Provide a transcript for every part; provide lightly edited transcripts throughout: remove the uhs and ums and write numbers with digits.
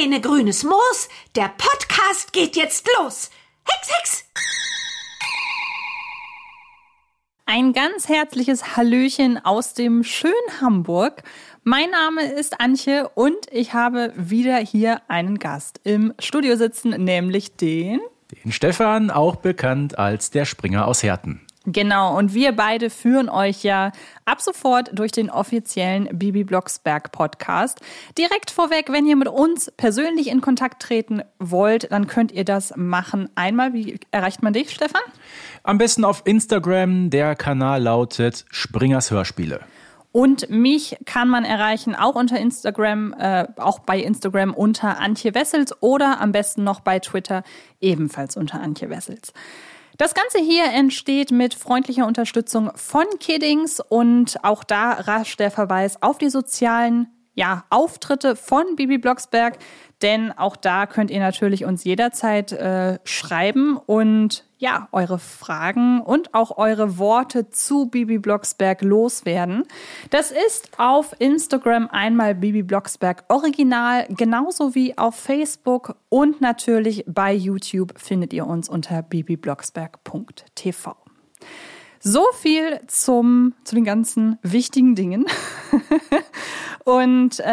Mähne grünes Moos, der Podcast geht jetzt los. Hex, Hex! Ein ganz herzliches Hallöchen aus dem schönen Hamburg. Mein Name ist Antje und ich habe wieder hier einen Gast im Studio sitzen, nämlich den Stefan, auch bekannt als der Springer aus Herten. Genau, und wir beide führen euch ja ab sofort durch den offiziellen Bibi Blocksberg Podcast. Direkt vorweg, wenn ihr mit uns persönlich in Kontakt treten wollt, dann könnt ihr das machen. Einmal, wie erreicht man dich, Stefan? Am besten auf Instagram, der Kanal lautet Springers Hörspiele. Und mich kann man erreichen, auch unter Instagram, auch bei Instagram unter Antje Wessels oder am besten noch bei Twitter ebenfalls unter Antje Wessels. Das Ganze hier entsteht mit freundlicher Unterstützung von Kiddings und auch da rasch der Verweis auf die sozialen Auftritte von Bibi Blocksberg, denn auch da könnt ihr natürlich uns jederzeit schreiben und eure Fragen und auch eure Worte zu Bibi Blocksberg loswerden. Das ist auf Instagram einmal Bibi Blocksberg Original, genauso wie auf Facebook und natürlich bei YouTube findet ihr uns unter bibiblocksberg.tv. So viel zu den ganzen wichtigen Dingen. Und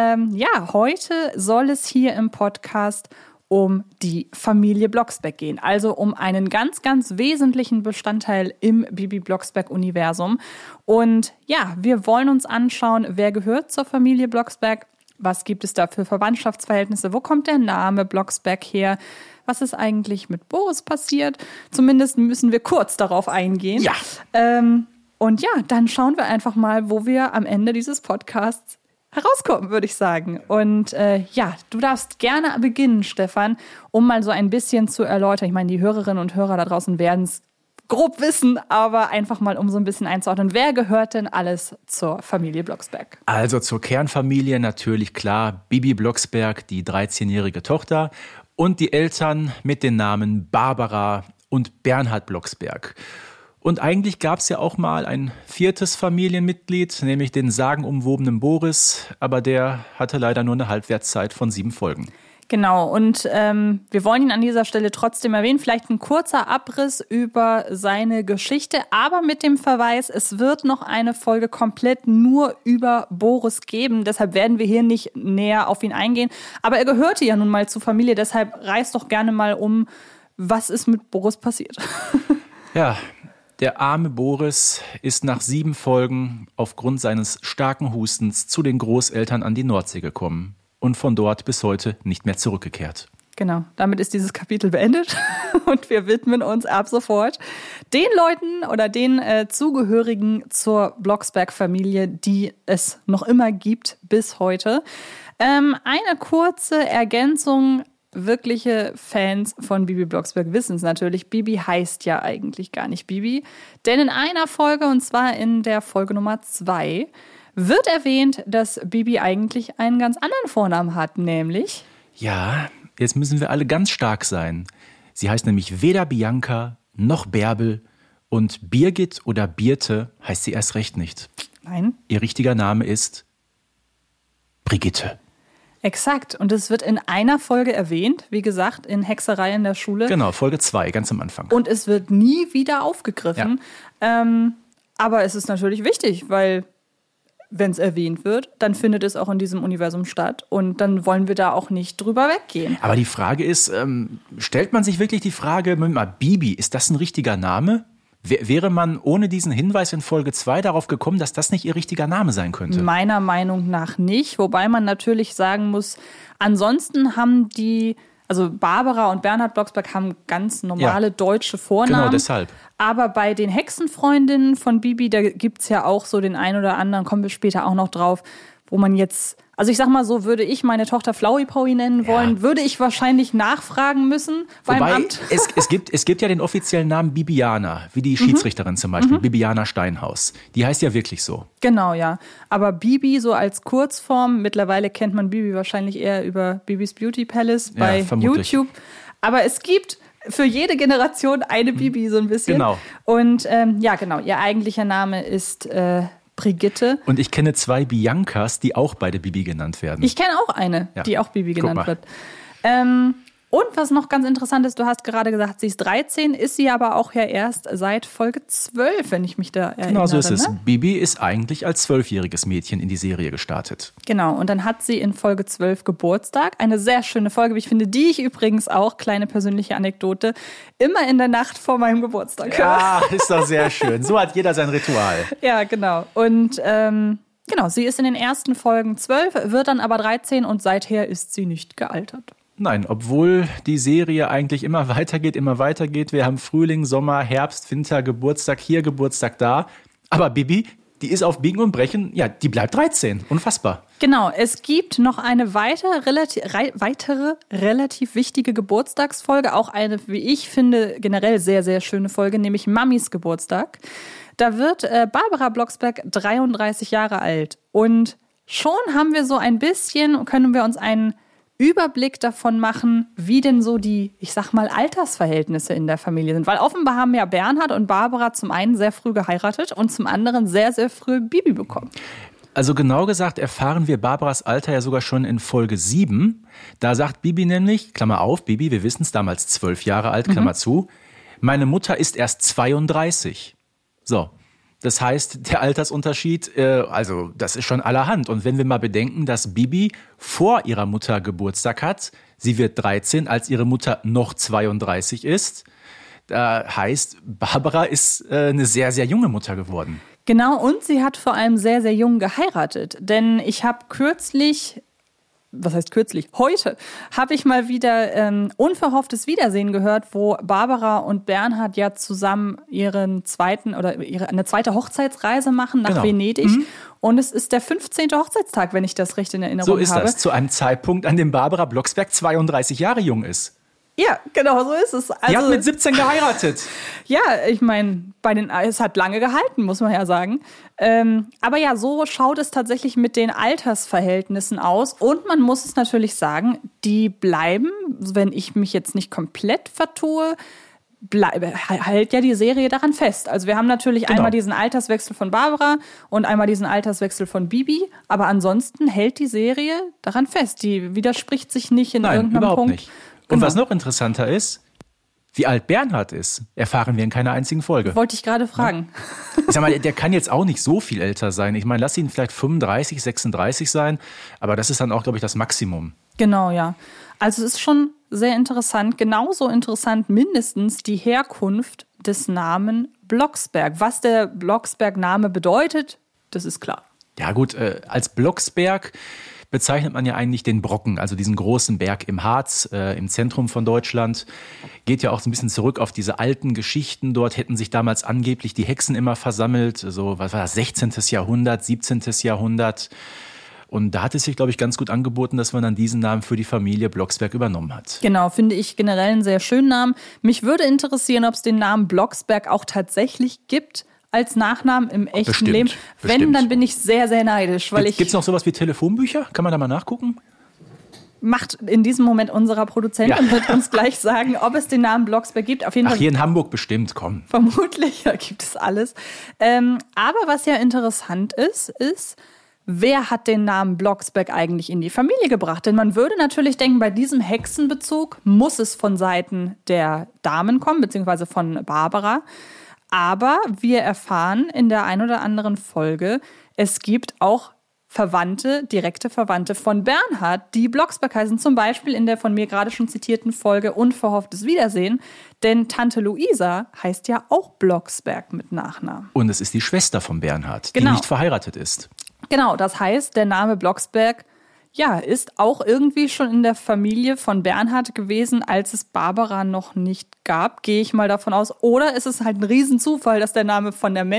heute soll es hier im Podcast um die Familie Blocksberg gehen. Also um einen ganz, ganz wesentlichen Bestandteil im Bibi Blocksberg-Universum. Und wir wollen uns anschauen, wer gehört zur Familie Blocksberg? Was gibt es da für Verwandtschaftsverhältnisse? Wo kommt der Name Blocksberg her? Was ist eigentlich mit Boris passiert? Zumindest müssen wir kurz darauf eingehen. Ja. Und dann schauen wir einfach mal, wo wir am Ende dieses Podcasts herauskommen, würde ich sagen. Und du darfst gerne beginnen, Stefan, um mal so ein bisschen zu erläutern. Ich meine, die Hörerinnen und Hörer da draußen werden es grob wissen, aber einfach mal, um so ein bisschen einzuordnen. Wer gehört denn alles zur Familie Blocksberg? Also zur Kernfamilie natürlich klar Bibi Blocksberg, die 13-jährige Tochter und die Eltern mit den Namen Barbara und Bernhard Blocksberg. Und eigentlich gab es ja auch mal ein 4. Familienmitglied, nämlich den sagenumwobenen Boris, aber der hatte leider nur eine Halbwertszeit von 7 Folgen. Genau, und wir wollen ihn an dieser Stelle trotzdem erwähnen. Vielleicht ein kurzer Abriss über seine Geschichte, aber mit dem Verweis, es wird noch eine Folge komplett nur über Boris geben. Deshalb werden wir hier nicht näher auf ihn eingehen. Aber er gehörte ja nun mal zur Familie, deshalb reiß doch gerne mal um, was ist mit Boris passiert? Ja, der arme Boris ist nach 7 Folgen aufgrund seines starken Hustens zu den Großeltern an die Nordsee gekommen und von dort bis heute nicht mehr zurückgekehrt. Genau, damit ist dieses Kapitel beendet und wir widmen uns ab sofort den Leuten oder den Zugehörigen zur Blocksberg-Familie, die es noch immer gibt bis heute. Eine kurze Ergänzung. Wirkliche Fans von Bibi Blocksberg wissen es natürlich. Bibi heißt ja eigentlich gar nicht Bibi. Denn in einer Folge, und zwar in der Folge Nummer 2, wird erwähnt, dass Bibi eigentlich einen ganz anderen Vornamen hat, nämlich... Ja, jetzt müssen wir alle ganz stark sein. Sie heißt nämlich weder Bianca noch Bärbel und Birgit oder Birte heißt sie erst recht nicht. Nein. Ihr richtiger Name ist Brigitte. Exakt. Und es wird in einer Folge erwähnt, wie gesagt, in Hexerei in der Schule. Genau, Folge 2, ganz am Anfang. Und es wird nie wieder aufgegriffen. Ja. Aber es ist natürlich wichtig, weil wenn es erwähnt wird, dann findet es auch in diesem Universum statt. Und dann wollen wir da auch nicht drüber weggehen. Aber die Frage ist, stellt man sich wirklich die Frage, Bibi, ist das ein richtiger Name? Wäre man ohne diesen Hinweis in Folge 2 darauf gekommen, dass das nicht ihr richtiger Name sein könnte? Meiner Meinung nach nicht. Wobei man natürlich sagen muss, ansonsten haben also Barbara und Bernhard Blocksberg haben ganz normale deutsche Vornamen. Genau, deshalb. Aber bei den Hexenfreundinnen von Bibi, da gibt's ja auch so den einen oder anderen, kommen wir später auch noch drauf, wo man jetzt, also ich sag mal so, würde ich meine Tochter Flowey-Powy nennen wollen, würde ich wahrscheinlich nachfragen müssen beim Amt. Es gibt ja den offiziellen Namen Bibiana, wie die Schiedsrichterin zum Beispiel, Bibiana Steinhaus. Die heißt ja wirklich so. Genau, ja. Aber Bibi so als Kurzform, mittlerweile kennt man Bibi wahrscheinlich eher über Bibis Beauty Palace bei YouTube. Aber es gibt für jede Generation eine Bibi so ein bisschen. Genau. Und genau, ihr eigentlicher Name ist Brigitte. Und ich kenne 2 Biancas, die auch beide Bibi genannt werden. Ich kenne auch eine, die auch Bibi genannt wird. Und was noch ganz interessant ist, du hast gerade gesagt, sie ist 13, ist sie aber auch ja erst seit Folge 12, wenn ich mich da erinnere. Genau so ist es. Ne? Bibi ist eigentlich als 12-jähriges Mädchen in die Serie gestartet. Genau, und dann hat sie in Folge 12 Geburtstag. Eine sehr schöne Folge, wie ich finde, die ich übrigens auch, kleine persönliche Anekdote, immer in der Nacht vor meinem Geburtstag höre. Ja, ist doch sehr schön. So hat jeder sein Ritual. Ja, genau. Und genau, sie ist in den ersten Folgen 12, wird dann aber 13 und seither ist sie nicht gealtert. Nein, obwohl die Serie eigentlich immer weitergeht. Wir haben Frühling, Sommer, Herbst, Winter, Geburtstag hier, Geburtstag da. Aber Bibi, die ist auf Biegen und Brechen, ja, die bleibt 13. Unfassbar. Genau, es gibt noch eine weitere relativ wichtige Geburtstagsfolge. Auch eine, wie ich finde, generell sehr, sehr schöne Folge, nämlich Mamis Geburtstag. Da wird Barbara Blocksberg 33 Jahre alt. Und schon haben wir so ein bisschen, können wir uns einen Überblick davon machen, wie denn so die, ich sag mal, Altersverhältnisse in der Familie sind. Weil offenbar haben ja Bernhard und Barbara zum einen sehr früh geheiratet und zum anderen sehr, sehr früh Bibi bekommen. Also genau gesagt erfahren wir Barbaras Alter ja sogar schon in Folge 7. Da sagt Bibi nämlich, Klammer auf, Bibi, wir wissen es, damals 12 Jahre alt, Klammer zu, meine Mutter ist erst 32. So. Das heißt, der Altersunterschied, also das ist schon allerhand. Und wenn wir mal bedenken, dass Bibi vor ihrer Mutter Geburtstag hat, sie wird 13, als ihre Mutter noch 32 ist, heißt, Barbara ist eine sehr, sehr junge Mutter geworden. Genau, und sie hat vor allem sehr, sehr jung geheiratet. Denn ich habe heute habe ich mal wieder unverhofftes Wiedersehen gehört, wo Barbara und Bernhard ja zusammen eine zweite Hochzeitsreise machen nach Venedig. Und es ist der 15. Hochzeitstag, wenn ich das recht in Erinnerung habe. So ist das, zu einem Zeitpunkt, an dem Barbara Blocksberg 32 Jahre jung ist. Ja, genau, so ist es. Also, die hat mit 17 geheiratet. Ja, ich meine, es hat lange gehalten, muss man ja sagen. Aber ja, so schaut es tatsächlich mit den Altersverhältnissen aus. Und man muss es natürlich sagen, die bleiben, wenn ich mich jetzt nicht komplett vertue, hält ja die Serie daran fest. Also wir haben natürlich einmal diesen Alterswechsel von Barbara und einmal diesen Alterswechsel von Bibi. Aber ansonsten hält die Serie daran fest. Die widerspricht sich nicht in irgendeinem überhaupt Punkt. Nicht. Und was noch interessanter ist, wie alt Bernhard ist, erfahren wir in keiner einzigen Folge. Wollte ich gerade fragen. Ich sag mal, der kann jetzt auch nicht so viel älter sein. Ich meine, lass ihn vielleicht 35, 36 sein, aber das ist dann auch, glaube ich, das Maximum. Genau, ja. Also es ist schon sehr interessant, genauso interessant mindestens die Herkunft des Namen Blocksberg. Was der Blocksberg-Name bedeutet, das ist klar. Ja gut, als Blocksberg bezeichnet man ja eigentlich den Brocken, also diesen großen Berg im Harz, im Zentrum von Deutschland. Geht ja auch so ein bisschen zurück auf diese alten Geschichten. Dort hätten sich damals angeblich die Hexen immer versammelt, so, was war das, 16. Jahrhundert, 17. Jahrhundert. Und da hat es sich, glaube ich, ganz gut angeboten, dass man dann diesen Namen für die Familie Blocksberg übernommen hat. Genau, finde ich generell einen sehr schönen Namen. Mich würde interessieren, ob es den Namen Blocksberg auch tatsächlich gibt als Nachnamen im echten Leben. Wenn, dann bin ich sehr, sehr neidisch. Gibt es noch sowas wie Telefonbücher? Kann man da mal nachgucken? Macht in diesem Moment unserer Produzent und wird uns gleich sagen, ob es den Namen Blocksberg gibt. Auf jeden Fall. Hier in Hamburg bestimmt, komm. Vermutlich, da gibt es alles. Aber was ja interessant ist, wer hat den Namen Blocksberg eigentlich in die Familie gebracht? Denn man würde natürlich denken, bei diesem Hexenbezug muss es von Seiten der Damen kommen, beziehungsweise von Barbara. Aber wir erfahren in der ein oder anderen Folge, es gibt auch direkte Verwandte von Bernhard, die Blocksberg heißen. Zum Beispiel in der von mir gerade schon zitierten Folge Unverhofftes Wiedersehen. Denn Tante Luisa heißt ja auch Blocksberg mit Nachnamen. Und es ist die Schwester von Bernhard, die nicht verheiratet ist. Genau, das heißt, der Name Blocksberg ist auch irgendwie schon in der Familie von Bernhard gewesen, als es Barbara noch nicht gab, gehe ich mal davon aus. Oder ist es halt ein Riesenzufall, dass der Name von der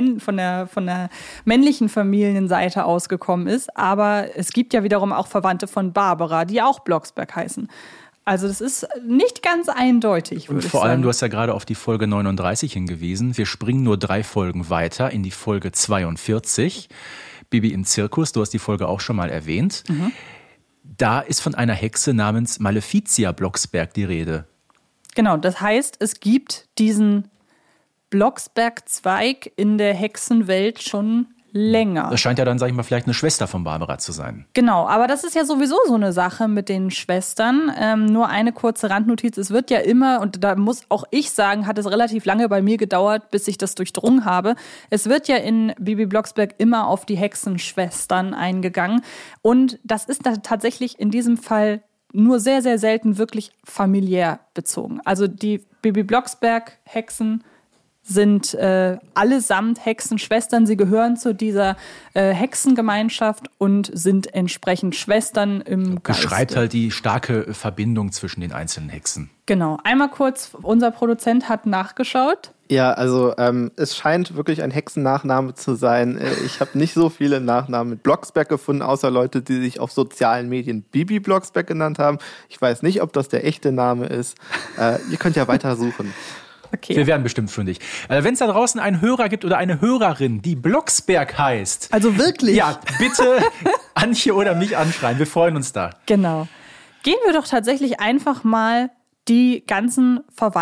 männlichen Familienseite ausgekommen ist. Aber es gibt ja wiederum auch Verwandte von Barbara, die auch Blocksberg heißen. Also das ist nicht ganz eindeutig, würde ich sagen. Und vor allem, du hast ja gerade auf die Folge 39 hingewiesen. Wir springen nur 3 Folgen weiter in die Folge 42. Bibi im Zirkus, du hast die Folge auch schon mal erwähnt. Mhm. Da ist von einer Hexe namens Maleficia Blocksberg die Rede. Genau, das heißt, es gibt diesen Blocksberg-Zweig in der Hexenwelt schon länger. Das scheint ja dann, sag ich mal, vielleicht eine Schwester von Barbara zu sein. Genau, aber das ist ja sowieso so eine Sache mit den Schwestern. Nur eine kurze Randnotiz. Es wird ja immer, und da muss auch ich sagen, hat es relativ lange bei mir gedauert, bis ich das durchdrungen habe. Es wird ja in Bibi Blocksberg immer auf die Hexenschwestern eingegangen. Und das ist da tatsächlich in diesem Fall nur sehr, sehr selten wirklich familiär bezogen. Also die Bibi Blocksberg-Hexen sind allesamt Hexenschwestern. Sie gehören zu dieser Hexengemeinschaft und sind entsprechend Schwestern im Geiste. Beschreibt halt die starke Verbindung zwischen den einzelnen Hexen. Genau. Einmal kurz, unser Produzent hat nachgeschaut. Ja, also es scheint wirklich ein Hexennachname zu sein. Ich habe nicht so viele Nachnamen mit Blocksberg gefunden, außer Leute, die sich auf sozialen Medien Bibi Blocksberg genannt haben. Ich weiß nicht, ob das der echte Name ist. Ihr könnt ja weiter suchen. Okay. Wir werden bestimmt fündig. Wenn es da draußen einen Hörer gibt oder eine Hörerin, die Blocksberg heißt. Also wirklich? Ja, bitte Antje oder mich anschreien. Wir freuen uns da. Genau. Gehen wir doch tatsächlich einfach mal die ganzen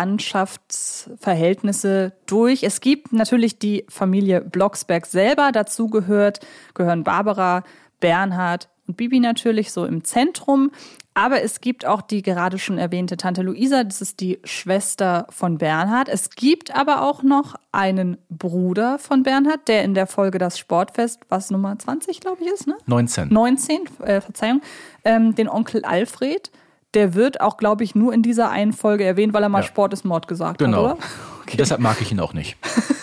Verwandtschaftsverhältnisse durch. Es gibt natürlich die Familie Blocksberg selber. Dazu gehören Barbara, Bernhard und Bibi natürlich so im Zentrum. Aber es gibt auch die gerade schon erwähnte Tante Luisa, das ist die Schwester von Bernhard. Es gibt aber auch noch einen Bruder von Bernhard, der in der Folge das Sportfest, was Nummer 20, glaube ich, ist, ne? 19, Verzeihung. Den Onkel Alfred, der wird auch, glaube ich, nur in dieser einen Folge erwähnt, weil er mal Sport ist Mord gesagt hat, oder? Okay. Deshalb mag ich ihn auch nicht.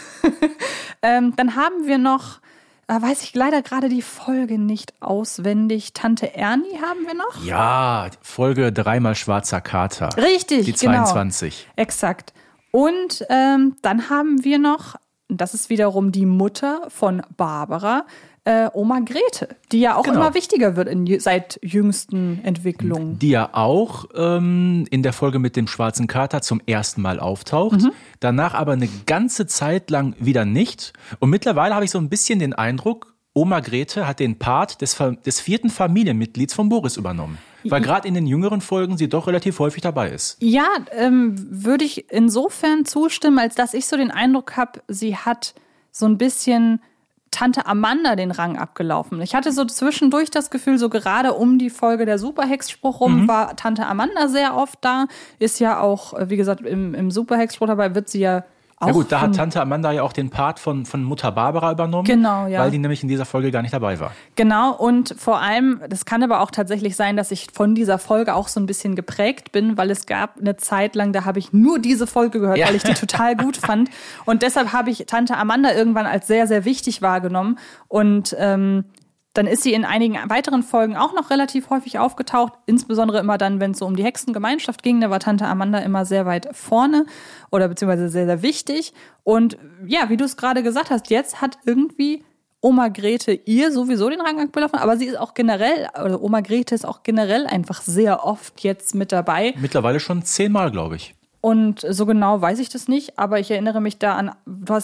Dann haben wir noch, weiß ich leider gerade die Folge nicht auswendig. Tante Ernie haben wir noch? Ja, Folge 3-mal Schwarzer Kater. Richtig, die 22. Genau. Exakt. Und dann haben wir noch, das ist wiederum die Mutter von Barbara, Oma Grete, die ja auch immer wichtiger wird seit jüngsten Entwicklungen. Die ja auch in der Folge mit dem Schwarzen Kater zum ersten Mal auftaucht, danach aber eine ganze Zeit lang wieder nicht. Und mittlerweile habe ich so ein bisschen den Eindruck, Oma Grete hat den Part des 4. Familienmitglieds von Boris übernommen. Weil gerade in den jüngeren Folgen sie doch relativ häufig dabei ist. Ja, würde ich insofern zustimmen, als dass ich so den Eindruck habe, sie hat so ein bisschen Tante Amanda den Rang abgelaufen. Ich hatte so zwischendurch das Gefühl, so gerade um die Folge der Superhex-Spruch rum war Tante Amanda sehr oft da. Ist ja auch, wie gesagt, im Superhex-Spruch dabei wird sie ja auch. Ja gut, da hat Tante Amanda ja auch den Part von Mutter Barbara übernommen. Genau, ja. Weil die nämlich in dieser Folge gar nicht dabei war. Genau, und vor allem, das kann aber auch tatsächlich sein, dass ich von dieser Folge auch so ein bisschen geprägt bin, weil es gab eine Zeit lang, da habe ich nur diese Folge gehört, weil ich die total gut fand. Und deshalb habe ich Tante Amanda irgendwann als sehr, sehr wichtig wahrgenommen. Und dann ist sie in einigen weiteren Folgen auch noch relativ häufig aufgetaucht, insbesondere immer dann, wenn es so um die Hexengemeinschaft ging. Da war Tante Amanda immer sehr weit vorne oder beziehungsweise sehr, sehr wichtig. Und ja, wie du es gerade gesagt hast, jetzt hat irgendwie Oma Grete ihr sowieso den Rang abgelaufen, aber sie ist auch generell, oder Oma Grete ist auch generell einfach sehr oft jetzt mit dabei. Mittlerweile schon 10-mal, glaube ich. Und so genau weiß ich das nicht, aber ich erinnere mich da an,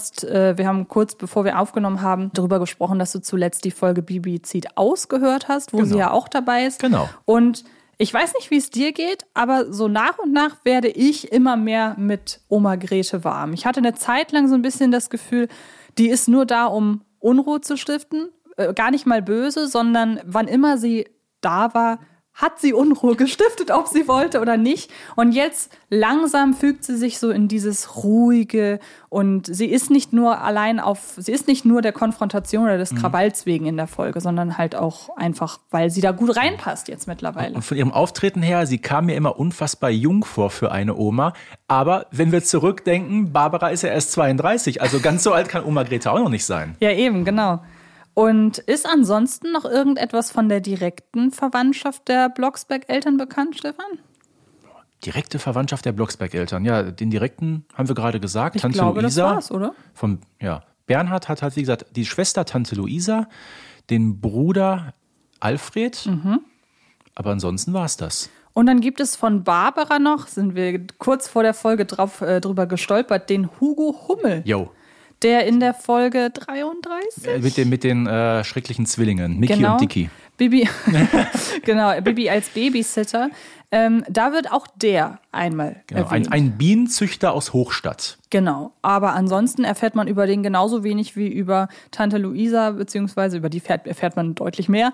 wir haben kurz bevor wir aufgenommen haben, darüber gesprochen, dass du zuletzt die Folge Bibi zieht aus gehört hast, wo sie ja auch dabei ist. Genau. Und ich weiß nicht, wie es dir geht, aber so nach und nach werde ich immer mehr mit Oma Grete warm. Ich hatte eine Zeit lang so ein bisschen das Gefühl, die ist nur da, um Unruhe zu stiften. Gar nicht mal böse, sondern wann immer sie da war, hat sie Unruhe gestiftet, ob sie wollte oder nicht. Und jetzt langsam fügt sie sich so in dieses Ruhige und sie ist nicht nur der Konfrontation oder des Krawalls wegen in der Folge, sondern halt auch einfach, weil sie da gut reinpasst jetzt mittlerweile. Und von ihrem Auftreten her, sie kam mir immer unfassbar jung vor für eine Oma. Aber wenn wir zurückdenken, Barbara ist ja erst 32, also ganz so alt kann Oma Grete auch noch nicht sein. Ja, eben, genau. Und ist ansonsten noch irgendetwas von der direkten Verwandtschaft der Blocksberg-Eltern bekannt, Stefan? Direkte Verwandtschaft der Blocksberg-Eltern. Ja, den direkten haben wir gerade gesagt. Ich Tante glaube, Luisa. das war's, oder? Bernhard hat halt, wie gesagt, die Schwester Tante Luisa, den Bruder Alfred. Aber ansonsten war's das. Und dann gibt es von Barbara noch, sind wir kurz vor der Folge drüber gestolpert, den Hugo Hummel. Jo. Der in der Folge 33? Mit den schrecklichen Zwillingen, Mickey und Dicky. Bibi, genau, Bibi als Babysitter. Da wird auch der einmal erwähnt. Ein Bienenzüchter aus Hochstadt. Genau, aber ansonsten erfährt man über den genauso wenig wie über Tante Luisa, beziehungsweise über die erfährt man deutlich mehr.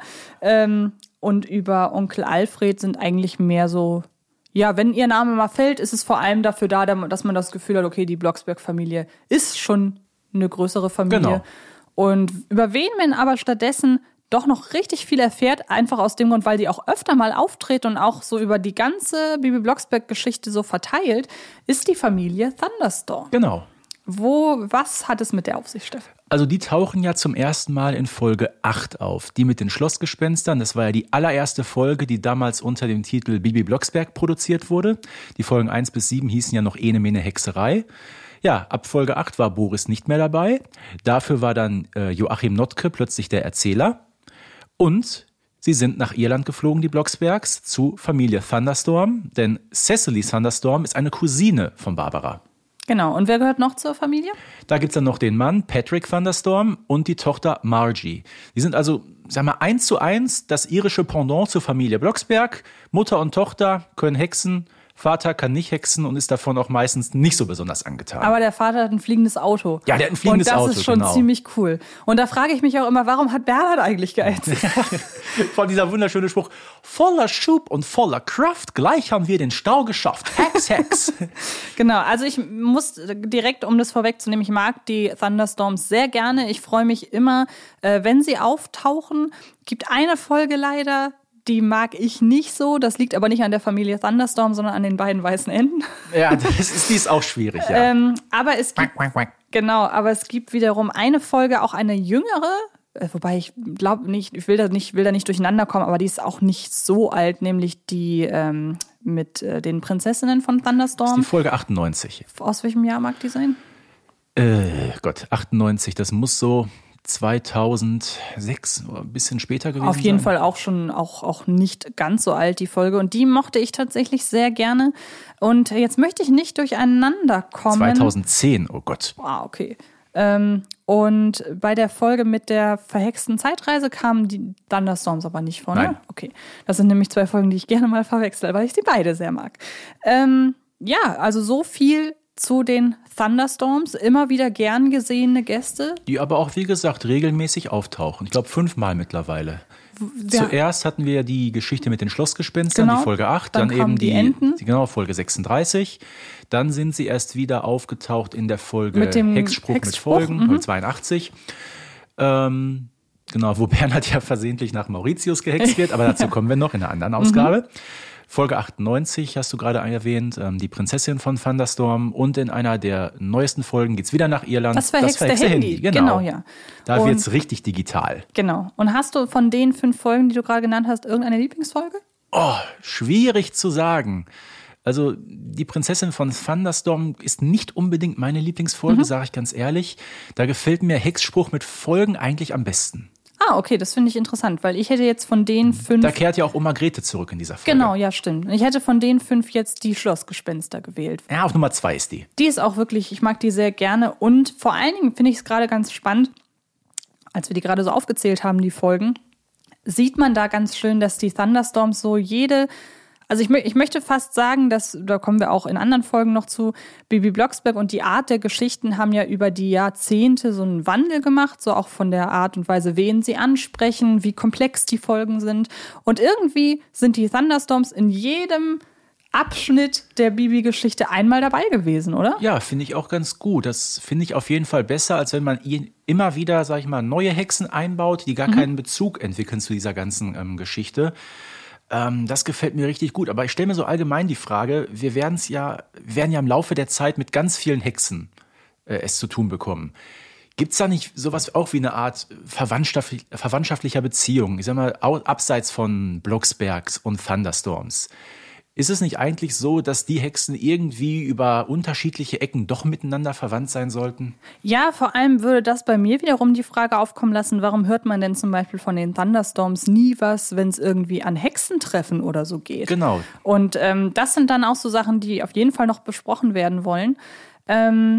Und über Onkel Alfred sind eigentlich mehr so, ja, wenn ihr Name mal fällt, ist es vor allem dafür da, dass man das Gefühl hat, okay, die Blocksberg-Familie ist schon eine größere Familie. Genau. Und über wen man aber stattdessen doch noch richtig viel erfährt, einfach aus dem Grund, weil die auch öfter mal auftritt und auch so über die ganze Bibi Blocksberg-Geschichte so verteilt, ist die Familie Thunderstorm. Genau. Was hat es mit der auf sich, Steff? Also die tauchen ja zum ersten Mal in Folge 8 auf. Die mit den Schlossgespenstern, das war ja die allererste Folge, die damals unter dem Titel Bibi Blocksberg produziert wurde. Die Folgen 1 bis 7 hießen ja noch Ene Mene Hexerei. Ja, ab Folge 8 war Boris nicht mehr dabei. Dafür war dann Joachim Notke plötzlich der Erzähler. Und sie sind nach Irland geflogen, die Blocksbergs, zu Familie Thunderstorm. Denn Cecily Thunderstorm ist eine Cousine von Barbara. Genau, und wer gehört noch zur Familie? Da gibt's dann noch den Mann, Patrick Thunderstorm, und die Tochter Margie. Die sind also, sagen wir, 1:1 das irische Pendant zur Familie Blocksberg. Mutter und Tochter können hexen, Vater kann nicht hexen und ist davon auch meistens nicht so besonders angetan. Aber der Vater hat ein fliegendes Auto. Ja, der hat ein fliegendes Auto, Und das ist schon genau. ziemlich cool. Und da frage ich mich auch immer, warum hat Bernhard eigentlich gehext? Von dieser wunderschöne Spruch, voller Schub und voller Kraft, gleich haben wir den Stau geschafft. Hex, Hex. Genau, also ich muss direkt, um das vorwegzunehmen, ich mag die Thunderstorms sehr gerne. Ich freue mich immer, wenn sie auftauchen. Gibt eine Folge leider, die mag ich nicht so. Das liegt aber nicht an der Familie Thunderstorm, sondern an den beiden weißen Enten. Ja, die ist auch schwierig, ja. Aber es gibt, genau, aber es gibt wiederum eine Folge, auch eine jüngere, wobei ich glaube nicht, ich will da nicht durcheinander kommen, aber die ist auch nicht so alt, nämlich die mit den Prinzessinnen von Thunderstorm. Das ist die Folge 98. Aus welchem Jahr mag die sein? Gott, 98, das muss so 2006 oder ein bisschen später gewesen sein. Auf jeden Fall auch schon auch nicht ganz so alt, die Folge. Und die mochte ich tatsächlich sehr gerne. Und jetzt möchte ich nicht durcheinander kommen. 2010, oh Gott. Ah, okay. Und bei der Folge mit der verhexten Zeitreise kamen die Thunderstorms aber nicht vor, ne? Nein. Okay. Das sind nämlich 2 Folgen, die ich gerne mal verwechsel, weil ich sie beide sehr mag. Ja, also so viel zu den Thunderstorms, immer wieder gern gesehene Gäste. Die aber auch, wie gesagt, regelmäßig auftauchen. Ich glaube 5-mal mittlerweile. Ja. Zuerst hatten wir die Geschichte mit den Schlossgespenstern, Genau. die Folge 8, Dann dann kamen eben die Enten. Genau, Folge 36. Dann sind sie erst wieder aufgetaucht in der Folge Mit dem Hexspruch mit Hexspruch, Folgen, Folge 82. Genau, wo Bernhard ja versehentlich nach Mauritius gehext wird, aber dazu kommen wir noch in einer anderen Ausgabe. Folge 98 hast du gerade erwähnt, die Prinzessin von Thunderstorm, und in einer der neuesten Folgen geht's wieder nach Irland. Das verhexte Handy. Genau, ja. Da Und- wird's richtig digital. Genau. Und hast du von den 5 Folgen, die du gerade genannt hast, irgendeine Lieblingsfolge? Oh, schwierig zu sagen. Also die Prinzessin von Thunderstorm ist nicht unbedingt meine Lieblingsfolge, sage ich ganz ehrlich. Da gefällt mir Hexspruch mit Folgen eigentlich am besten. Ah, okay, das finde ich interessant, weil ich hätte jetzt von den 5... Da kehrt ja auch Oma Grete zurück in dieser Folge. Genau, ja, stimmt. Ich hätte von den 5 jetzt die Schlossgespenster gewählt. Ja, auf Nummer 2 ist die. Die ist auch wirklich, ich mag die sehr gerne. Und vor allen Dingen finde ich es gerade ganz spannend, als wir die gerade so aufgezählt haben, die Folgen, sieht man da ganz schön, dass die Thunderstorms so jede... Also ich möchte fast sagen, dass, da kommen wir auch in anderen Folgen noch zu, Bibi Blocksberg und die Art der Geschichten haben ja über die Jahrzehnte so einen Wandel gemacht, so auch von der Art und Weise, wen sie ansprechen, wie komplex die Folgen sind. Und irgendwie sind die Thunderstorms in jedem Abschnitt der Bibi-Geschichte einmal dabei gewesen, oder? Ja, finde ich auch ganz gut. Das finde ich auf jeden Fall besser, als wenn man immer wieder, sag ich mal, neue Hexen einbaut, die gar keinen Bezug entwickeln zu dieser ganzen Geschichte. Das gefällt mir richtig gut. Aber ich stelle mir so allgemein die Frage, wir werden ja im Laufe der Zeit mit ganz vielen Hexen es zu tun bekommen. Gibt's da nicht sowas auch wie eine Art verwandtschaftlicher Beziehung? Ich sag mal, abseits von Blocksbergs und Thunderstorms. Ist es nicht eigentlich so, dass die Hexen irgendwie über unterschiedliche Ecken doch miteinander verwandt sein sollten? Ja, vor allem würde das bei mir wiederum die Frage aufkommen lassen, warum hört man denn zum Beispiel von den Thunderstorms nie was, wenn es irgendwie an Hexentreffen oder so geht? Genau. Und das sind dann auch so Sachen, die auf jeden Fall noch besprochen werden wollen.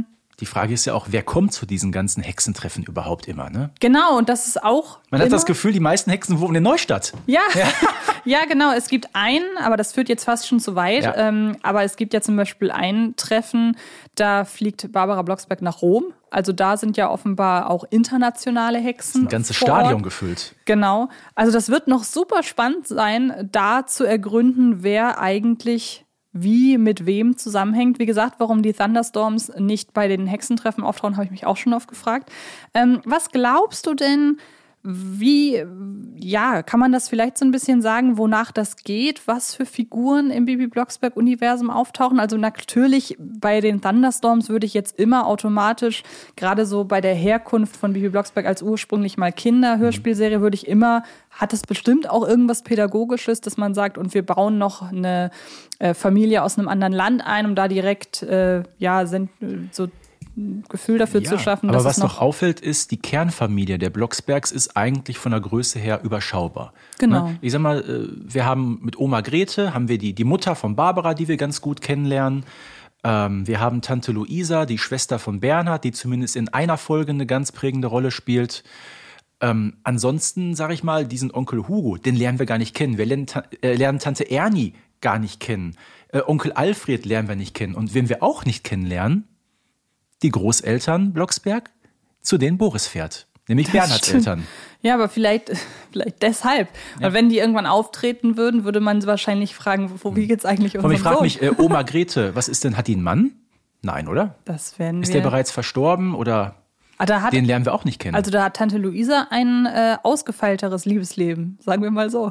die Frage ist ja auch, wer kommt zu diesen ganzen Hexentreffen überhaupt immer, ne? Genau, und das ist auch Man hat das Gefühl, die meisten Hexen wohnen in Neustadt. Ja. Ja, genau. Es gibt einen, aber das führt jetzt fast schon zu weit. Ja. Aber es gibt ja zum Beispiel ein Treffen, da fliegt Barbara Blocksberg nach Rom. Also da sind ja offenbar auch internationale Hexen. Ein ganzes vor Stadion Ort. gefüllt. Genau. Also das wird noch super spannend sein, da zu ergründen, wer eigentlich wie mit wem zusammenhängt. Wie gesagt, warum die Thunderstorms nicht bei den Hexentreffen auftauchen, habe ich mich auch schon oft gefragt. Was glaubst du denn, kann man das vielleicht so ein bisschen sagen, wonach das geht, was für Figuren im Bibi Blocksberg-Universum auftauchen? Also natürlich bei den Thunderstorms würde ich jetzt immer automatisch, gerade so bei der Herkunft von Bibi Blocksberg als ursprünglich mal Kinderhörspielserie, würde ich immer, hat es bestimmt auch irgendwas Pädagogisches, dass man sagt, und wir bauen noch eine Familie aus einem anderen Land ein, um da direkt so Gefühl dafür zu schaffen. Aber dass was es noch auffällt, ist, die Kernfamilie der Blocksbergs ist eigentlich von der Größe her überschaubar. Genau. Ne? Ich sag mal, wir haben mit Oma Grete, haben wir die Mutter von Barbara, die wir ganz gut kennenlernen. Wir haben Tante Luisa, die Schwester von Bernhard, die zumindest in einer Folge eine ganz prägende Rolle spielt. Ansonsten, sag ich mal, diesen Onkel Hugo, den lernen wir gar nicht kennen. Wir lernen Tante Ernie gar nicht kennen. Onkel Alfred lernen wir nicht kennen. Und wen wir auch nicht kennenlernen, die Großeltern Blocksberg, zu denen Boris fährt. Nämlich Bernhards Eltern. Ja, aber vielleicht deshalb. Ja. Weil wenn die irgendwann auftreten würden, würde man wahrscheinlich fragen, wie geht's eigentlich um Ich frage mich, Oma Grete, was ist denn, hat die einen Mann? Nein, oder? Das werden wir. Ist der bereits verstorben oder den lernen wir auch nicht kennen? Also da hat Tante Luisa ein ausgefeilteres Liebesleben, sagen wir mal so.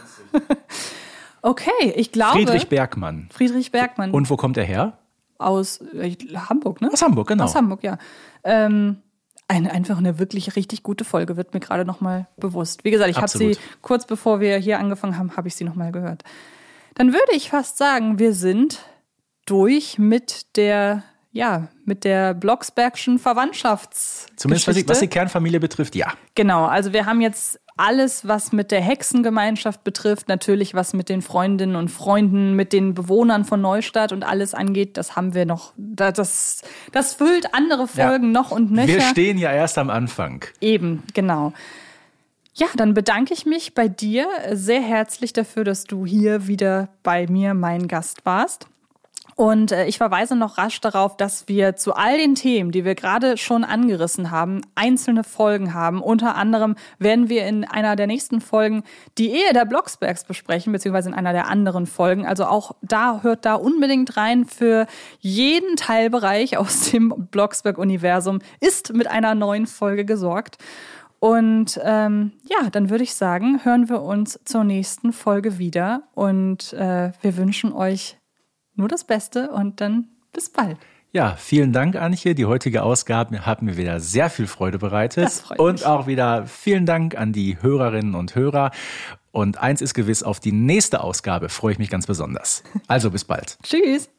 Okay, ich glaube... Friedrich Bergmann. Und wo kommt er her? Aus Hamburg, ne? Aus Hamburg, genau. Aus Hamburg, ja. Einfach eine wirklich richtig gute Folge, wird mir gerade noch mal bewusst. Wie gesagt, ich habe sie, kurz bevor wir hier angefangen haben, habe ich sie noch mal gehört. Dann würde ich fast sagen, wir sind durch mit der Blocksbergschen Verwandtschaftsgeschichte. Zumindest was die Kernfamilie betrifft, ja. Genau, also wir haben jetzt alles, was mit der Hexengemeinschaft betrifft, natürlich was mit den Freundinnen und Freunden, mit den Bewohnern von Neustadt und alles angeht, das haben wir noch, das füllt andere Folgen noch und nöcher. Wir stehen ja erst am Anfang. Eben, genau. Ja, dann bedanke ich mich bei dir sehr herzlich dafür, dass du hier wieder bei mir mein Gast warst. Und ich verweise noch rasch darauf, dass wir zu all den Themen, die wir gerade schon angerissen haben, einzelne Folgen haben. Unter anderem werden wir in einer der nächsten Folgen die Ehe der Blocksbergs besprechen, beziehungsweise in einer der anderen Folgen. Also auch hört da unbedingt rein. Für jeden Teilbereich aus dem Blocksberg-Universum ist mit einer neuen Folge gesorgt. Und dann würde ich sagen, hören wir uns zur nächsten Folge wieder. Und wir wünschen euch nur das Beste und dann bis bald. Ja, vielen Dank, Antje. Die heutige Ausgabe hat mir wieder sehr viel Freude bereitet. Das freut mich. Und auch wieder vielen Dank an die Hörerinnen und Hörer. Und eins ist gewiss, auf die nächste Ausgabe freue ich mich ganz besonders. Also bis bald. Tschüss.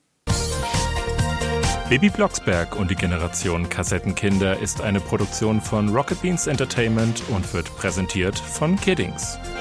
Bibi Blocksberg und die Generation Kassettenkinder ist eine Produktion von Rocket Beans Entertainment und wird präsentiert von Kiddings.